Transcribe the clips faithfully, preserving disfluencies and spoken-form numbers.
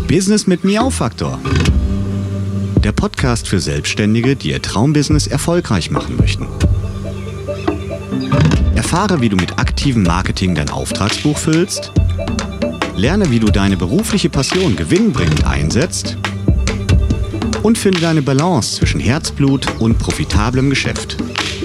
Business mit Miau-Faktor. Der Podcast für Selbstständige, die ihr Traumbusiness erfolgreich machen möchten. Erfahre, wie du mit aktivem Marketing dein Auftragsbuch füllst. Lerne, wie du deine berufliche Passion gewinnbringend einsetzt. Und finde deine Balance zwischen Herzblut und profitablem Geschäft.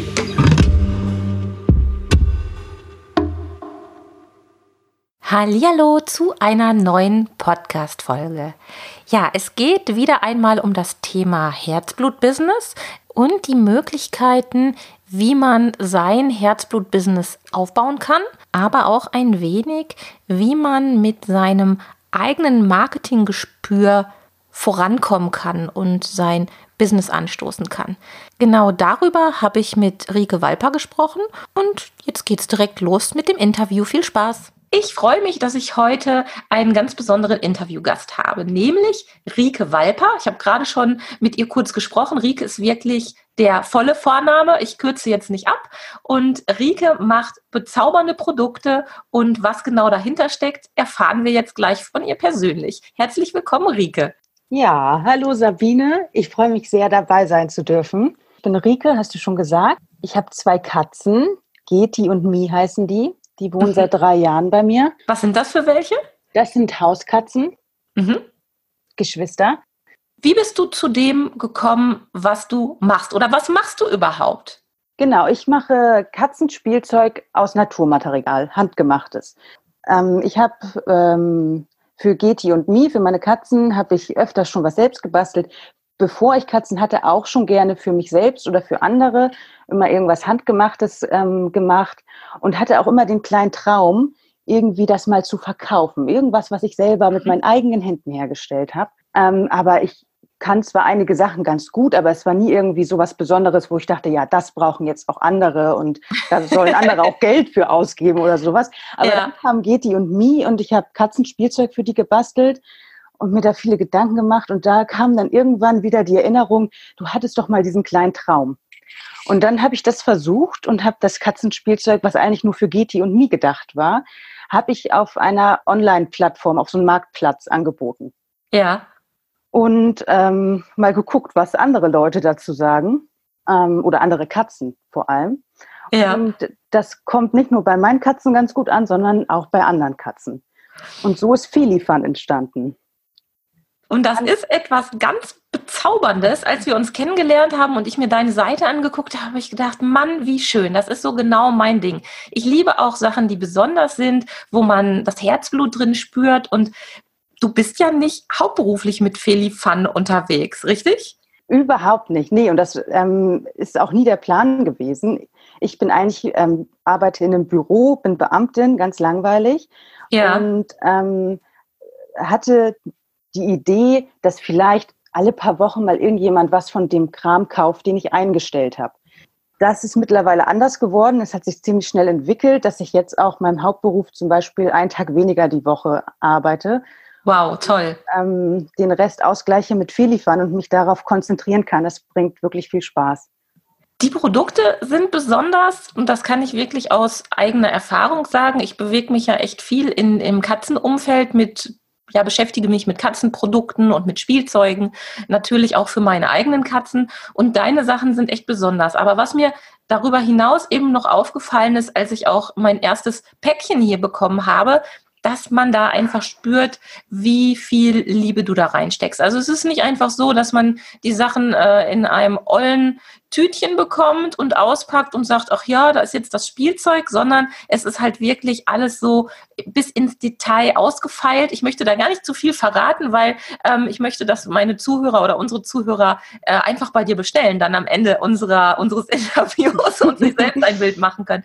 Hallihallo zu einer neuen Podcast-Folge. Ja, es geht wieder einmal um das Thema Herzblut-Business und die Möglichkeiten, wie man sein Herzblut-Business aufbauen kann, aber auch ein wenig, wie man mit seinem eigenen Marketinggespür vorankommen kann und sein Business anstoßen kann. Genau darüber habe ich mit Rike Walper gesprochen und jetzt geht's direkt los mit dem Interview. Viel Spaß! Ich freue mich, dass ich heute einen ganz besonderen Interviewgast habe, nämlich Rike Walper. Ich habe gerade schon mit ihr kurz gesprochen. Rike ist wirklich der volle Vorname. Ich kürze jetzt nicht ab. Und Rike macht bezaubernde Produkte und was genau dahinter steckt, erfahren wir jetzt gleich von ihr persönlich. Herzlich willkommen, Rike. Ja, hallo Sabine. Ich freue mich sehr, dabei sein zu dürfen. Ich bin Rike, hast du schon gesagt. Ich habe zwei Katzen, Geti und Mi heißen die. Die wohnen mhm. seit drei Jahren bei mir. Was sind das für welche? Das sind Hauskatzen, mhm. Geschwister. Wie bist du zu dem gekommen, was du machst? Oder was machst du überhaupt? Genau, ich mache Katzenspielzeug aus Naturmaterial, handgemachtes. Ähm, ich habe ähm, für Geti und Mi, für meine Katzen, habe ich öfter schon was selbst gebastelt. Bevor ich Katzen hatte, auch schon gerne für mich selbst oder für andere immer irgendwas Handgemachtes ähm, gemacht und hatte auch immer den kleinen Traum, irgendwie das mal zu verkaufen. Irgendwas, was ich selber mit meinen eigenen Händen hergestellt habe. Ähm, aber ich kann zwar einige Sachen ganz gut, aber es war nie irgendwie so was Besonderes, wo ich dachte, ja, das brauchen jetzt auch andere und da sollen andere auch Geld für ausgeben oder sowas. Aber ja. Dann kamen Geti und Mi und ich habe Katzenspielzeug für die gebastelt und mir da viele Gedanken gemacht. Und da kam dann irgendwann wieder die Erinnerung, du hattest doch mal diesen kleinen Traum. Und dann habe ich das versucht und habe das Katzenspielzeug, was eigentlich nur für Geti und Mi gedacht war, habe ich auf einer Online-Plattform, auf so einem Marktplatz angeboten. Ja. Und ähm, mal geguckt, was andere Leute dazu sagen. Ähm, oder andere Katzen vor allem. Ja. Und das kommt nicht nur bei meinen Katzen ganz gut an, sondern auch bei anderen Katzen. Und so ist Filifan entstanden. Und das ist etwas ganz Bezauberndes. Als wir uns kennengelernt haben und ich mir deine Seite angeguckt habe, habe ich gedacht, Mann, wie schön, das ist so genau mein Ding. Ich liebe auch Sachen, die besonders sind, wo man das Herzblut drin spürt. Und du bist ja nicht hauptberuflich mit Filifan unterwegs, richtig? Überhaupt nicht, nee. Und das ähm, ist auch nie der Plan gewesen. Ich bin eigentlich, ähm, arbeite in einem Büro, bin Beamtin, ganz langweilig. Ja. Und ähm, hatte die Idee, dass vielleicht alle paar Wochen mal irgendjemand was von dem Kram kauft, den ich eingestellt habe. Das ist mittlerweile anders geworden. Es hat sich ziemlich schnell entwickelt, dass ich jetzt auch meinem Hauptberuf zum Beispiel einen Tag weniger die Woche arbeite. Wow, toll. Und, ähm, den Rest ausgleiche mit Filifan und mich darauf konzentrieren kann. Das bringt wirklich viel Spaß. Die Produkte sind besonders, und das kann ich wirklich aus eigener Erfahrung sagen. Ich bewege mich ja echt viel in, im Katzenumfeld mit Ja, beschäftige mich mit Katzenprodukten und mit Spielzeugen, natürlich auch für meine eigenen Katzen. Und deine Sachen sind echt besonders. Aber was mir darüber hinaus eben noch aufgefallen ist, als ich auch mein erstes Päckchen hier bekommen habe, dass man da einfach spürt, wie viel Liebe du da reinsteckst. Also es ist nicht einfach so, dass man die Sachen äh, in einem ollen Tütchen bekommt und auspackt und sagt, ach ja, da ist jetzt das Spielzeug, sondern es ist halt wirklich alles so bis ins Detail ausgefeilt. Ich möchte da gar nicht zu viel verraten, weil ähm, ich möchte, dass meine Zuhörer oder unsere Zuhörer äh, einfach bei dir bestellen, dann am Ende unserer, unseres Interviews und sich selbst ein Bild machen können.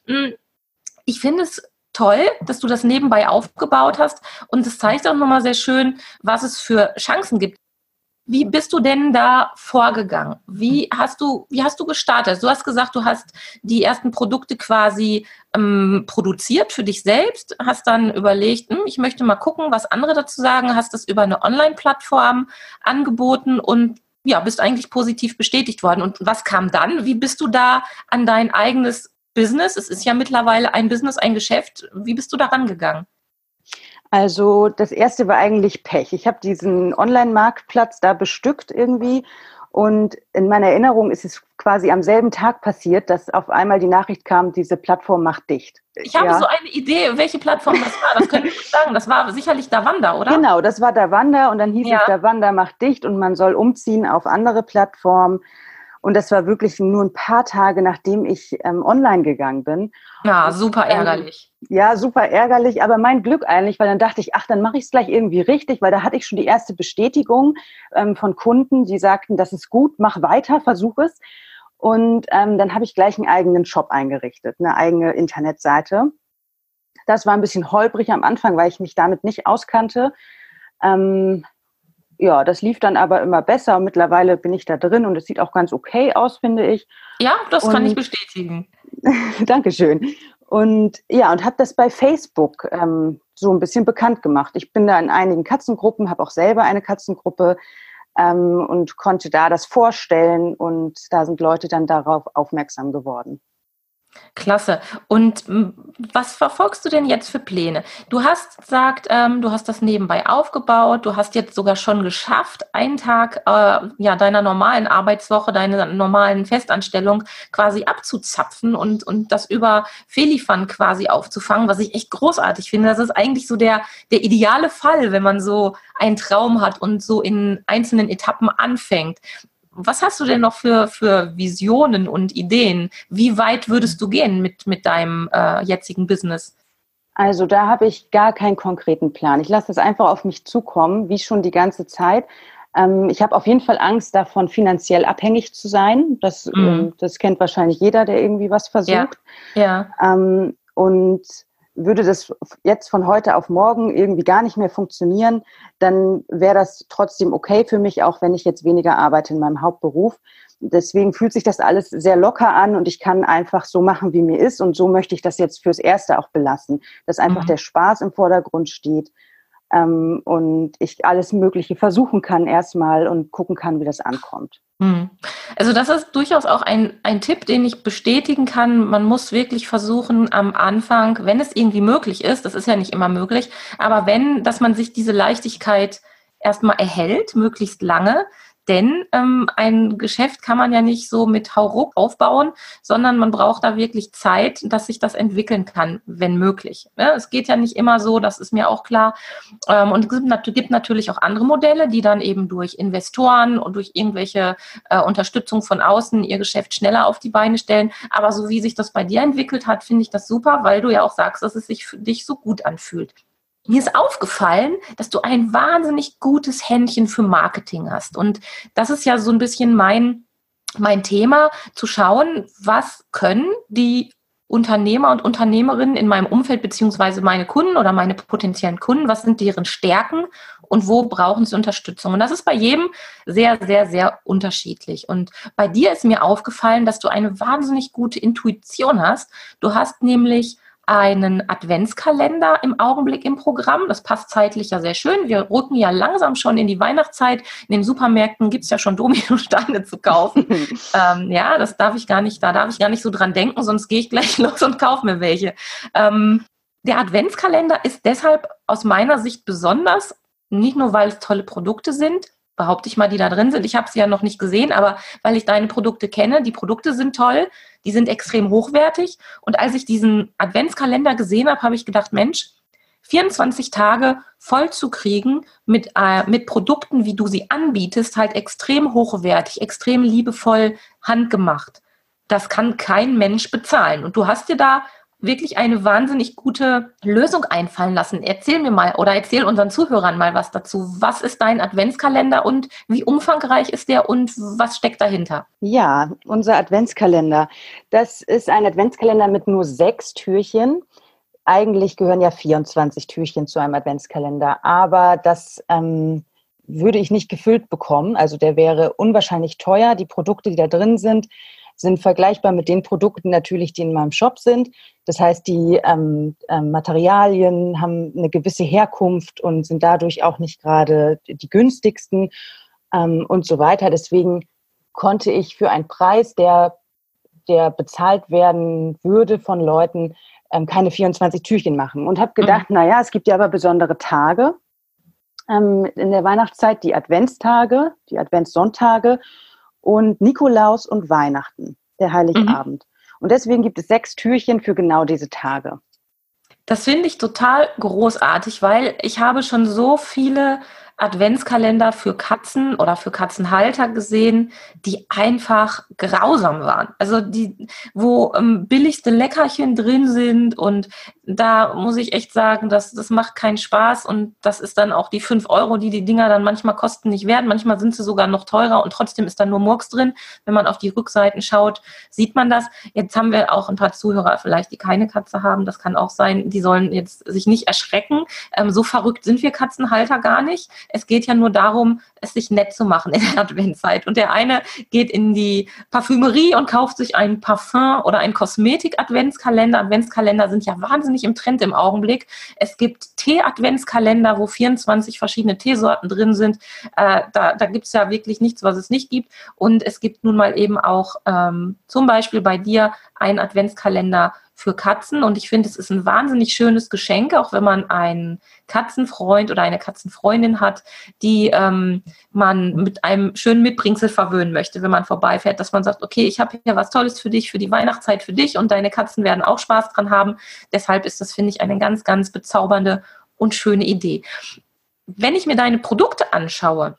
Ich finde es toll, dass du das nebenbei aufgebaut hast und es zeigt auch nochmal sehr schön, was es für Chancen gibt. Wie bist du denn da vorgegangen? Wie hast du, wie hast du gestartet? Du hast gesagt, du hast die ersten Produkte quasi ähm, produziert für dich selbst, hast dann überlegt, hm, ich möchte mal gucken, was andere dazu sagen, hast das über eine Online-Plattform angeboten und ja, bist eigentlich positiv bestätigt worden. Und was kam dann? Wie bist du da an dein eigenes Business? Es ist ja mittlerweile ein Business, ein Geschäft. Wie bist du da rangegangen? Also das erste war eigentlich Pech. Ich habe diesen Online-Marktplatz da bestückt irgendwie und in meiner Erinnerung ist es quasi am selben Tag passiert, dass auf einmal die Nachricht kam, diese Plattform macht dicht. Ich habe ja. so eine Idee, welche Plattform das war. Das können wir sagen. Das war sicherlich Davanda, oder? Genau, das war Davanda und dann hieß Ja. es, Davanda macht dicht und man soll umziehen auf andere Plattformen. Und das war wirklich nur ein paar Tage, nachdem ich ähm, online gegangen bin. Ja, super ärgerlich. Ähm, ja, super ärgerlich, aber mein Glück eigentlich, weil dann dachte ich, ach, dann mache ich es gleich irgendwie richtig, weil da hatte ich schon die erste Bestätigung ähm, von Kunden, die sagten, das ist gut, mach weiter, versuch es. Und ähm, dann habe ich gleich einen eigenen Shop eingerichtet, eine eigene Internetseite. Das war ein bisschen holprig am Anfang, weil ich mich damit nicht auskannte. Ähm, Ja, das lief dann aber immer besser und mittlerweile bin ich da drin und es sieht auch ganz okay aus, finde ich. Ja, das und, kann ich bestätigen. Dankeschön. Und ja, und habe das bei Facebook ähm, so ein bisschen bekannt gemacht. Ich bin da in einigen Katzengruppen, habe auch selber eine Katzengruppe ähm, und konnte da das vorstellen und da sind Leute dann darauf aufmerksam geworden. Klasse. Und was verfolgst du denn jetzt für Pläne? Du hast gesagt, ähm, du hast das nebenbei aufgebaut, du hast jetzt sogar schon geschafft, einen Tag äh, ja, deiner normalen Arbeitswoche, deiner normalen Festanstellung quasi abzuzapfen und, und das über Felifan quasi aufzufangen, was ich echt großartig finde. Das ist eigentlich so der, der ideale Fall, wenn man so einen Traum hat und so in einzelnen Etappen anfängt. Was hast du denn noch für, für Visionen und Ideen? Wie weit würdest du gehen mit, mit deinem äh, jetzigen Business? Also da habe ich gar keinen konkreten Plan. Ich lasse das einfach auf mich zukommen, wie schon die ganze Zeit. Ähm, ich habe auf jeden Fall Angst davon, finanziell abhängig zu sein. Das, mhm. ähm, das kennt wahrscheinlich jeder, der irgendwie was versucht. Ja. Ja. Ähm, und würde das jetzt von heute auf morgen irgendwie gar nicht mehr funktionieren, dann wäre das trotzdem okay für mich, auch wenn ich jetzt weniger arbeite in meinem Hauptberuf. Deswegen fühlt sich das alles sehr locker an und ich kann einfach so machen, wie mir ist. Und so möchte ich das jetzt fürs Erste auch belassen, dass einfach mhm. der Spaß im Vordergrund steht ähm, und ich alles Mögliche versuchen kann erstmal und gucken kann, wie das ankommt. Also das ist durchaus auch ein, ein Tipp, den ich bestätigen kann. Man muss wirklich versuchen am Anfang, wenn es irgendwie möglich ist, das ist ja nicht immer möglich, aber wenn, dass man sich diese Leichtigkeit erstmal erhält, möglichst lange. Denn ähm, ein Geschäft kann man ja nicht so mit Hauruck aufbauen, sondern man braucht da wirklich Zeit, dass sich das entwickeln kann, wenn möglich. Ja, es geht ja nicht immer so, das ist mir auch klar. Ähm, und es gibt natürlich auch andere Modelle, die dann eben durch Investoren und durch irgendwelche äh, Unterstützung von außen ihr Geschäft schneller auf die Beine stellen. Aber so wie sich das bei dir entwickelt hat, finde ich das super, weil du ja auch sagst, dass es sich für dich so gut anfühlt. Mir ist aufgefallen, dass du ein wahnsinnig gutes Händchen für Marketing hast. Und das ist ja so ein bisschen mein, mein Thema, zu schauen, was können die Unternehmer und Unternehmerinnen in meinem Umfeld beziehungsweise meine Kunden oder meine potenziellen Kunden, was sind deren Stärken und wo brauchen sie Unterstützung? Und das ist bei jedem sehr, sehr, sehr unterschiedlich. Und bei dir ist mir aufgefallen, dass du eine wahnsinnig gute Intuition hast. Du hast nämlich einen Adventskalender im Augenblick im Programm. Das passt zeitlich ja sehr schön. Wir rücken ja langsam schon in die Weihnachtszeit. In den Supermärkten gibt es ja schon Dominosteine zu kaufen. ähm, ja, das darf ich gar nicht, da darf ich gar nicht so dran denken, sonst gehe ich gleich los und kaufe mir welche. Ähm, der Adventskalender ist deshalb aus meiner Sicht besonders, nicht nur, weil es tolle Produkte sind, behaupte ich mal, die da drin sind. Ich habe sie ja noch nicht gesehen, aber weil ich deine Produkte kenne, die Produkte sind toll, die sind extrem hochwertig. Und als ich diesen Adventskalender gesehen habe, habe ich gedacht, Mensch, vierundzwanzig Tage voll zu kriegen mit, äh, mit Produkten, wie du sie anbietest, halt extrem hochwertig, extrem liebevoll handgemacht. Das kann kein Mensch bezahlen. Und du hast dir da wirklich eine wahnsinnig gute Lösung einfallen lassen. Erzähl mir mal oder erzähl unseren Zuhörern mal was dazu. Was ist dein Adventskalender und wie umfangreich ist der und was steckt dahinter? Ja, unser Adventskalender. Das ist ein Adventskalender mit nur sechs Türchen. Eigentlich gehören ja vierundzwanzig Türchen zu einem Adventskalender, aber das ähm, würde ich nicht gefüllt bekommen. Also der wäre unwahrscheinlich teuer. Die Produkte, die da drin sind, sind vergleichbar mit den Produkten natürlich, die in meinem Shop sind. Das heißt, die ähm, ähm, Materialien haben eine gewisse Herkunft und sind dadurch auch nicht gerade die günstigsten ähm, und so weiter. Deswegen konnte ich für einen Preis, der, der bezahlt werden würde von Leuten, ähm, keine vierundzwanzig Türchen machen. Und habe gedacht, mhm. naja, es gibt ja aber besondere Tage ähm, in der Weihnachtszeit, die Adventstage, die Adventssonntage und Nikolaus und Weihnachten, der Heiligabend. Mhm. Und deswegen gibt es sechs Türchen für genau diese Tage. Das finde ich total großartig, weil ich habe schon so viele Adventskalender für Katzen oder für Katzenhalter gesehen, die einfach grausam waren. Also die, wo ähm, billigste Leckerchen drin sind, und da muss ich echt sagen, das, das macht keinen Spaß, und das ist dann auch die fünf Euro, die die Dinger dann manchmal kosten, nicht wert. Manchmal sind sie sogar noch teurer und trotzdem ist dann nur Murks drin. Wenn man auf die Rückseiten schaut, sieht man das. Jetzt haben wir auch ein paar Zuhörer vielleicht, die keine Katze haben. Das kann auch sein. Die sollen jetzt sich nicht erschrecken. Ähm, so verrückt sind wir Katzenhalter gar nicht. Es geht ja nur darum, es sich nett zu machen in der Adventszeit. Und der eine geht in die Parfümerie und kauft sich ein Parfum oder einen Kosmetik-Adventskalender. Adventskalender sind ja wahnsinnig im Trend im Augenblick. Es gibt Tee-Adventskalender, wo vierundzwanzig verschiedene Teesorten drin sind. Äh, da da gibt es ja wirklich nichts, was es nicht gibt. Und es gibt nun mal eben auch ähm, zum Beispiel bei dir einen Adventskalender für Katzen, und ich finde, es ist ein wahnsinnig schönes Geschenk, auch wenn man einen Katzenfreund oder eine Katzenfreundin hat, die ähm, man mit einem schönen Mitbringsel verwöhnen möchte, wenn man vorbeifährt, dass man sagt, okay, ich habe hier was Tolles für dich, für die Weihnachtszeit für dich, und deine Katzen werden auch Spaß dran haben. Deshalb ist das, finde ich, eine ganz, ganz bezaubernde und schöne Idee. Wenn ich mir deine Produkte anschaue,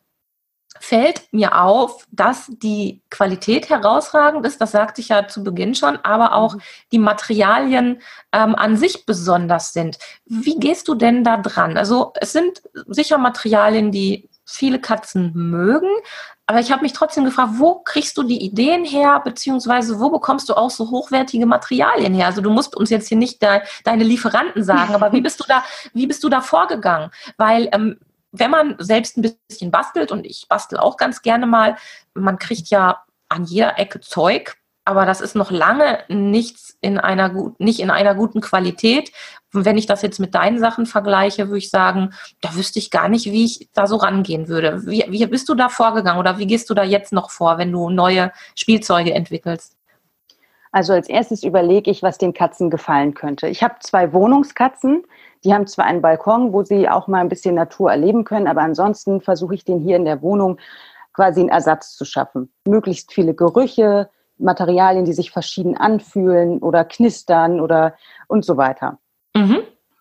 fällt mir auf, dass die Qualität herausragend ist, das sagte ich ja zu Beginn schon, aber auch die Materialien ähm, an sich besonders sind. Wie gehst du denn da dran? Also es sind sicher Materialien, die viele Katzen mögen, aber ich habe mich trotzdem gefragt, wo kriegst du die Ideen her, beziehungsweise wo bekommst du auch so hochwertige Materialien her? Also du musst uns jetzt hier nicht de- deine Lieferanten sagen, aber wie bist du da, wie bist du da vorgegangen? Weil ähm, wenn man selbst ein bisschen bastelt, und ich bastel auch ganz gerne mal, man kriegt ja an jeder Ecke Zeug, aber das ist noch lange nichts in einer gut, nicht in einer guten Qualität. Und wenn ich das jetzt mit deinen Sachen vergleiche, würde ich sagen, da wüsste ich gar nicht, wie ich da so rangehen würde. Wie, wie bist du da vorgegangen, oder wie gehst du da jetzt noch vor, wenn du neue Spielzeuge entwickelst? Also als erstes überlege ich, was den Katzen gefallen könnte. Ich habe zwei Wohnungskatzen, die haben zwar einen Balkon, wo sie auch mal ein bisschen Natur erleben können, aber ansonsten versuche ich denen hier in der Wohnung quasi einen Ersatz zu schaffen. Möglichst viele Gerüche, Materialien, die sich verschieden anfühlen oder knistern oder und so weiter. Mhm.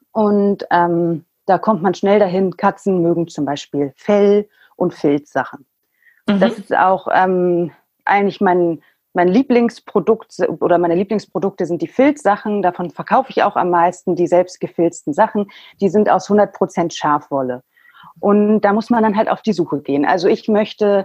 Und ähm, da kommt man schnell dahin, Katzen mögen zum Beispiel Fell- und Filzsachen. Mhm. Das ist auch ähm, eigentlich mein Mein Lieblingsprodukt oder meine Lieblingsprodukte sind die Filzsachen. Davon verkaufe ich auch am meisten, die selbst gefilzten Sachen. Die sind aus hundert Prozent Schafwolle. Und da muss man dann halt auf die Suche gehen. Also ich möchte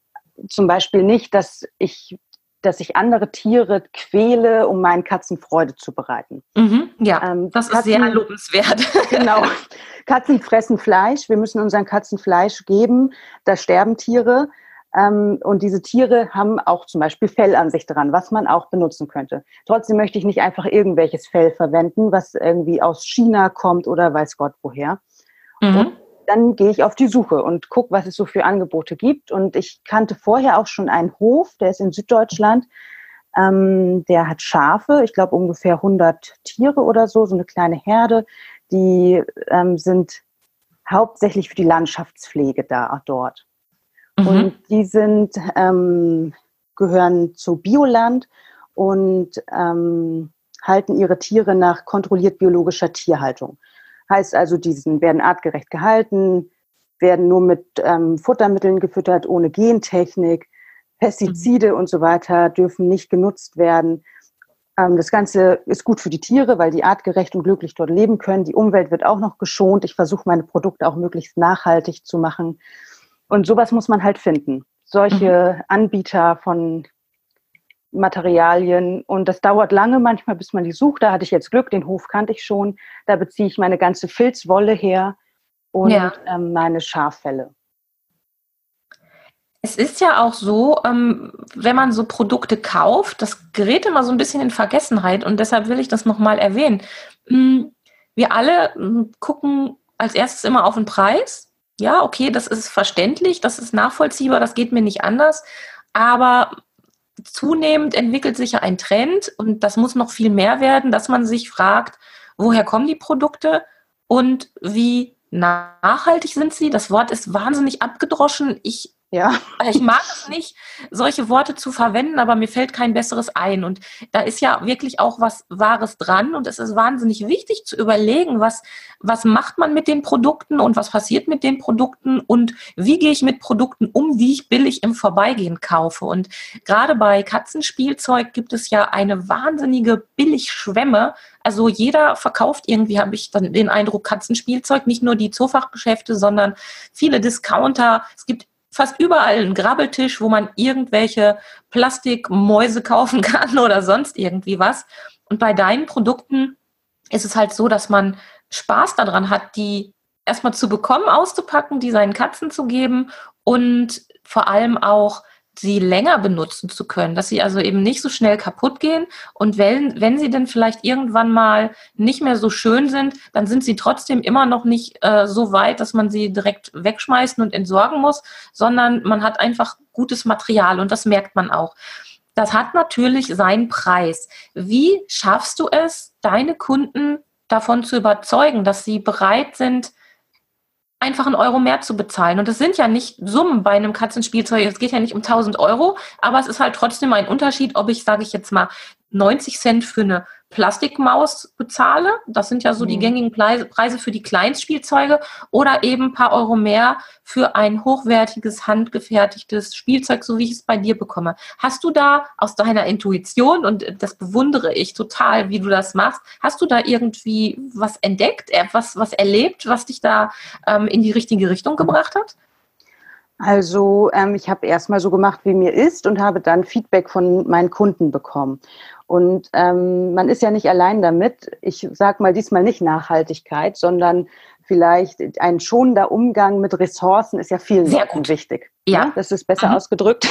zum Beispiel nicht, dass ich, dass ich andere Tiere quäle, um meinen Katzen Freude zu bereiten. Mhm, ja, ähm, das Katzen, ist sehr lobenswert. Genau. Katzen fressen Fleisch. Wir müssen unseren Katzen Fleisch geben. Da sterben Tiere. Ähm, und diese Tiere haben auch zum Beispiel Fell an sich dran, was man auch benutzen könnte. Trotzdem möchte ich nicht einfach irgendwelches Fell verwenden, was irgendwie aus China kommt oder weiß Gott woher. Mhm. Und dann gehe ich auf die Suche und gucke, was es so für Angebote gibt. Und ich kannte vorher auch schon einen Hof, der ist in Süddeutschland. Ähm, der hat Schafe, ich glaube ungefähr hundert Tiere oder so, so eine kleine Herde. Die ähm, sind hauptsächlich für die Landschaftspflege da dort. Mhm. Und die sind, ähm, gehören zu Bioland und ähm, halten ihre Tiere nach kontrolliert biologischer Tierhaltung. Heißt also, die werden artgerecht gehalten, werden nur mit ähm, Futtermitteln gefüttert, ohne Gentechnik, Pestizide mhm. und so weiter dürfen nicht genutzt werden. Ähm, das Ganze ist gut für die Tiere, weil die artgerecht und glücklich dort leben können. Die Umwelt wird auch noch geschont. Ich versuche, meine Produkte auch möglichst nachhaltig zu machen. Und sowas muss man halt finden. Solche mhm. Anbieter von Materialien. Und das dauert lange manchmal, bis man die sucht. Da hatte ich jetzt Glück, den Hof kannte ich schon. Da beziehe ich meine ganze Filzwolle her und ja. ähm, meine Schaffelle. Es ist ja auch so, ähm, wenn man so Produkte kauft, das gerät immer so ein bisschen in Vergessenheit, und deshalb will ich das nochmal erwähnen. Wir alle gucken als erstes immer auf den Preis. Ja, okay, das ist verständlich, das ist nachvollziehbar, das geht mir nicht anders. Aber zunehmend entwickelt sich ja ein Trend und das muss noch viel mehr werden, dass man sich fragt, woher kommen die Produkte und wie nachhaltig sind sie? Das Wort ist wahnsinnig abgedroschen. Ich Ja. Ich mag es nicht, solche Worte zu verwenden, aber mir fällt kein besseres ein. Und da ist ja wirklich auch was Wahres dran. Und es ist wahnsinnig wichtig zu überlegen, was, was macht man mit den Produkten und was passiert mit den Produkten und wie gehe ich mit Produkten um, die ich billig im Vorbeigehen kaufe. Und gerade bei Katzenspielzeug gibt es ja eine wahnsinnige Billigschwemme. Also jeder verkauft irgendwie, habe ich dann den Eindruck, Katzenspielzeug, nicht nur die Zoofachgeschäfte, sondern viele Discounter. Es gibt fast überall einen Grabbeltisch, wo man irgendwelche Plastikmäuse kaufen kann oder sonst irgendwie was. Und bei deinen Produkten ist es halt so, dass man Spaß daran hat, die erstmal zu bekommen, auszupacken, die seinen Katzen zu geben und vor allem auch sie länger benutzen zu können, dass sie also eben nicht so schnell kaputt gehen und wenn, wenn sie denn vielleicht irgendwann mal nicht mehr so schön sind, dann sind sie trotzdem immer noch nicht äh, so weit, dass man sie direkt wegschmeißen und entsorgen muss, sondern man hat einfach gutes Material und das merkt man auch. Das hat natürlich seinen Preis. Wie schaffst du es, deine Kunden davon zu überzeugen, dass sie bereit sind, einfach einen Euro mehr zu bezahlen? Und das sind ja nicht Summen bei einem Katzenspielzeug, es geht ja nicht um tausend Euro, aber es ist halt trotzdem ein Unterschied, ob ich, sage ich jetzt mal, neunzig Cent für eine Plastikmaus bezahle, das sind ja so mhm. die gängigen Preise für die Kleinstspielzeuge, oder eben ein paar Euro mehr für ein hochwertiges, handgefertigtes Spielzeug, so wie ich es bei dir bekomme. Hast du da aus deiner Intuition, und das bewundere ich total, wie du das machst, hast du da irgendwie was entdeckt, was, was erlebt, was dich da ähm, in die richtige Richtung gebracht hat? Also ähm, ich habe erstmal so gemacht, wie mir ist und habe dann Feedback von meinen Kunden bekommen. Und ähm, man ist ja nicht allein damit. Ich sage mal diesmal nicht Nachhaltigkeit, sondern vielleicht ein schonender Umgang mit Ressourcen ist ja vielen Leuten wichtig. Ja. Ne? Das ist besser mhm. ausgedrückt.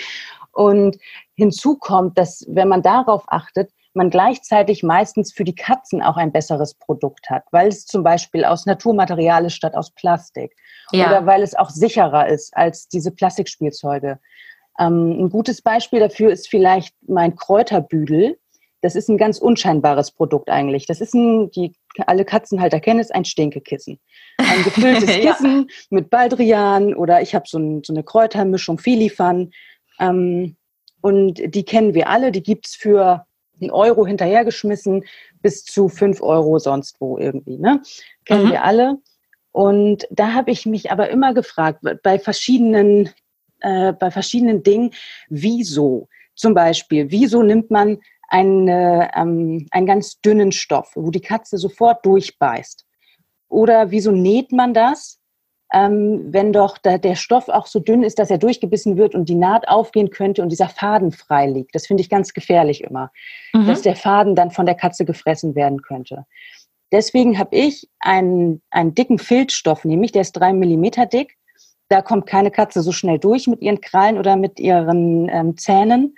Und hinzu kommt, dass wenn man darauf achtet, man gleichzeitig meistens für die Katzen auch ein besseres Produkt hat, weil es zum Beispiel aus Naturmaterial ist statt aus Plastik. Ja. Oder weil es auch sicherer ist als diese Plastikspielzeuge. Ähm, ein gutes Beispiel dafür ist vielleicht mein Kräuterbüdel. Das ist ein ganz unscheinbares Produkt eigentlich. Das ist ein, die alle Katzenhalter kennen es, ein Stinkekissen. Ein gefülltes ja. Kissen mit Baldrian oder ich habe so, ein, so eine Kräutermischung, Filifan. Ähm, und die kennen wir alle. Die gibt es für einen Euro hinterhergeschmissen bis zu fünf Euro sonst wo irgendwie. Ne? Kennen mhm. wir alle. Und da habe ich mich aber immer gefragt, bei verschiedenen, äh, bei verschiedenen Dingen, wieso? Zum Beispiel, wieso nimmt man eine, ähm, einen ganz dünnen Stoff, wo die Katze sofort durchbeißt? Oder wieso näht man das, ähm, wenn doch da der Stoff auch so dünn ist, dass er durchgebissen wird und die Naht aufgehen könnte und dieser Faden frei liegt? Das finde ich ganz gefährlich immer, mhm. dass der Faden dann von der Katze gefressen werden könnte. Deswegen habe ich einen, einen dicken Filzstoff, nämlich der ist drei Millimeter dick. Da kommt keine Katze so schnell durch mit ihren Krallen oder mit ihren ähm, Zähnen.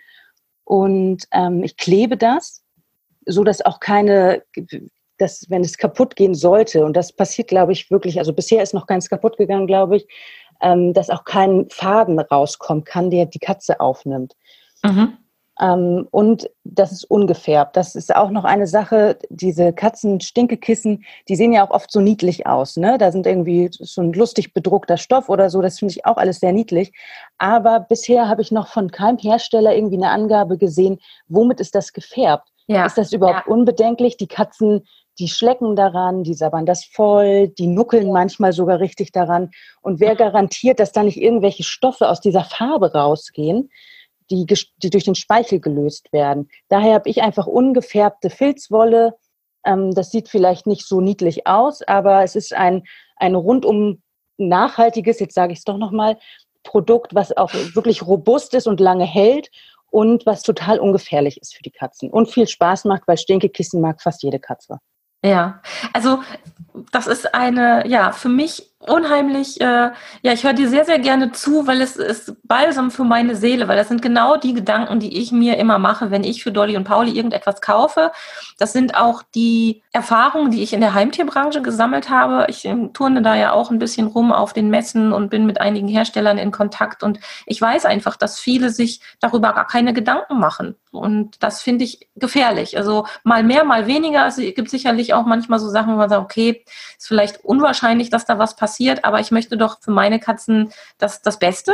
Und ähm, ich klebe das, so dass auch keine, dass, wenn es kaputt gehen sollte, und das passiert, glaube ich, wirklich, also bisher ist noch keins kaputt gegangen, glaube ich, ähm, dass auch kein Faden rauskommen kann, der die Katze aufnimmt. Mhm. Ähm, und das ist ungefärbt. Das ist auch noch eine Sache, diese Katzen-Stinkekissen, die sehen ja auch oft so niedlich aus. Ne? Da sind irgendwie so ein lustig bedruckter Stoff oder so, das finde ich auch alles sehr niedlich. Aber bisher habe ich noch von keinem Hersteller irgendwie eine Angabe gesehen, womit ist das gefärbt? Ja. Ist das überhaupt ja. unbedenklich? Die Katzen, die schlecken daran, die sabbern das voll, die nuckeln manchmal sogar richtig daran. Und wer garantiert, dass da nicht irgendwelche Stoffe aus dieser Farbe rausgehen, Die, die durch den Speichel gelöst werden. Daher habe ich einfach ungefärbte Filzwolle. Ähm, das sieht vielleicht nicht so niedlich aus, aber es ist ein, ein rundum nachhaltiges, jetzt sage ich es doch nochmal, Produkt, was auch wirklich robust ist und lange hält und was total ungefährlich ist für die Katzen und viel Spaß macht, weil Stinkekissen mag fast jede Katze. Ja, also das ist eine, ja, für mich unheimlich, äh, ja, ich höre dir sehr, sehr gerne zu, weil es ist Balsam für meine Seele, weil das sind genau die Gedanken, die ich mir immer mache, wenn ich für Dolly und Pauli irgendetwas kaufe. Das sind auch die Erfahrungen, die ich in der Heimtierbranche gesammelt habe. Ich ähm, turne da ja auch ein bisschen rum auf den Messen und bin mit einigen Herstellern in Kontakt und ich weiß einfach, dass viele sich darüber gar keine Gedanken machen und das finde ich gefährlich. Also mal mehr, mal weniger. Es gibt sicherlich auch manchmal so Sachen, wo man sagt, okay, ist vielleicht unwahrscheinlich, dass da was passiert, aber ich möchte doch für meine Katzen das, das Beste.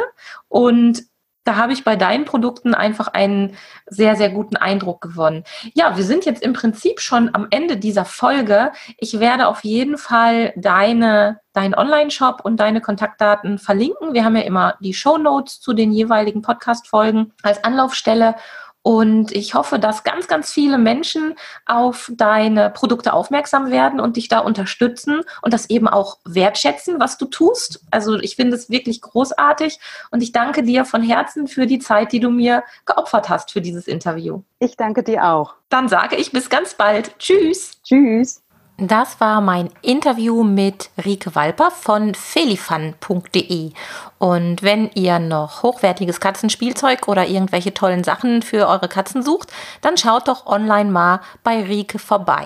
Und da habe ich bei deinen Produkten einfach einen sehr, sehr guten Eindruck gewonnen. Ja, wir sind jetzt im Prinzip schon am Ende dieser Folge. Ich werde auf jeden Fall deine, deinen Online-Shop und deine Kontaktdaten verlinken. Wir haben ja immer die Shownotes zu den jeweiligen Podcast-Folgen als Anlaufstelle. Und ich hoffe, dass ganz, ganz viele Menschen auf deine Produkte aufmerksam werden und dich da unterstützen und das eben auch wertschätzen, was du tust. Also ich finde es wirklich großartig und ich danke dir von Herzen für die Zeit, die du mir geopfert hast für dieses Interview. Ich danke dir auch. Dann sage ich bis ganz bald. Tschüss. Tschüss. Das war mein Interview mit Rike Walper von felifun punkt de. Und wenn ihr noch hochwertiges Katzenspielzeug oder irgendwelche tollen Sachen für eure Katzen sucht, dann schaut doch online mal bei Rike vorbei.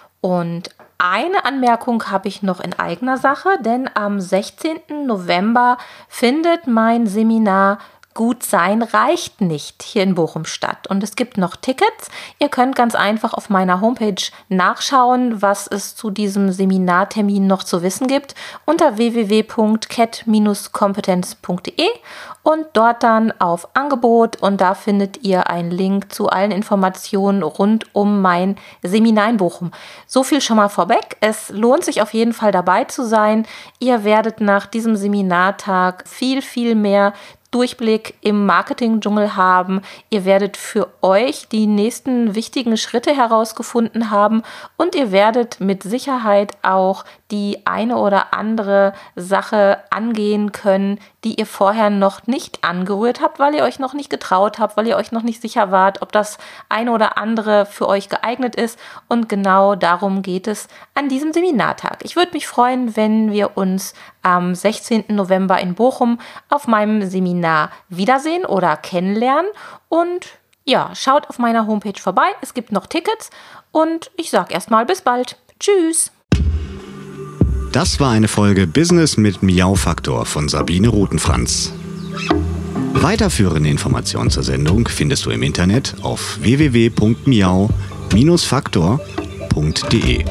Und eine Anmerkung habe ich noch in eigener Sache, denn am sechzehnten November findet mein Seminar Gut sein reicht nicht hier in Bochum statt. Und es gibt noch Tickets. Ihr könnt ganz einfach auf meiner Homepage nachschauen, was es zu diesem Seminartermin noch zu wissen gibt, unter w w w punkt cat dash kompetenz punkt de und dort dann auf Angebot und da findet ihr einen Link zu allen Informationen rund um mein Seminar in Bochum. So viel schon mal vorweg. Es lohnt sich auf jeden Fall dabei zu sein. Ihr werdet nach diesem Seminartag viel, viel mehr Durchblick im Marketing-Dschungel haben. Ihr werdet für euch die nächsten wichtigen Schritte herausgefunden haben und ihr werdet mit Sicherheit auch die eine oder andere Sache angehen können, die ihr vorher noch nicht angerührt habt, weil ihr euch noch nicht getraut habt, weil ihr euch noch nicht sicher wart, ob das eine oder andere für euch geeignet ist. Und genau darum geht es an diesem Seminartag. Ich würde mich freuen, wenn wir uns am sechzehnten November in Bochum auf meinem Seminar wiedersehen oder kennenlernen. Und ja, schaut auf meiner Homepage vorbei. Es gibt noch Tickets und ich sage erstmal bis bald. Tschüss! Das war eine Folge Business mit Miau-Faktor von Sabine Rutenfranz. Weiterführende Informationen zur Sendung findest du im Internet auf w w w punkt miau Bindestrich faktor punkt de.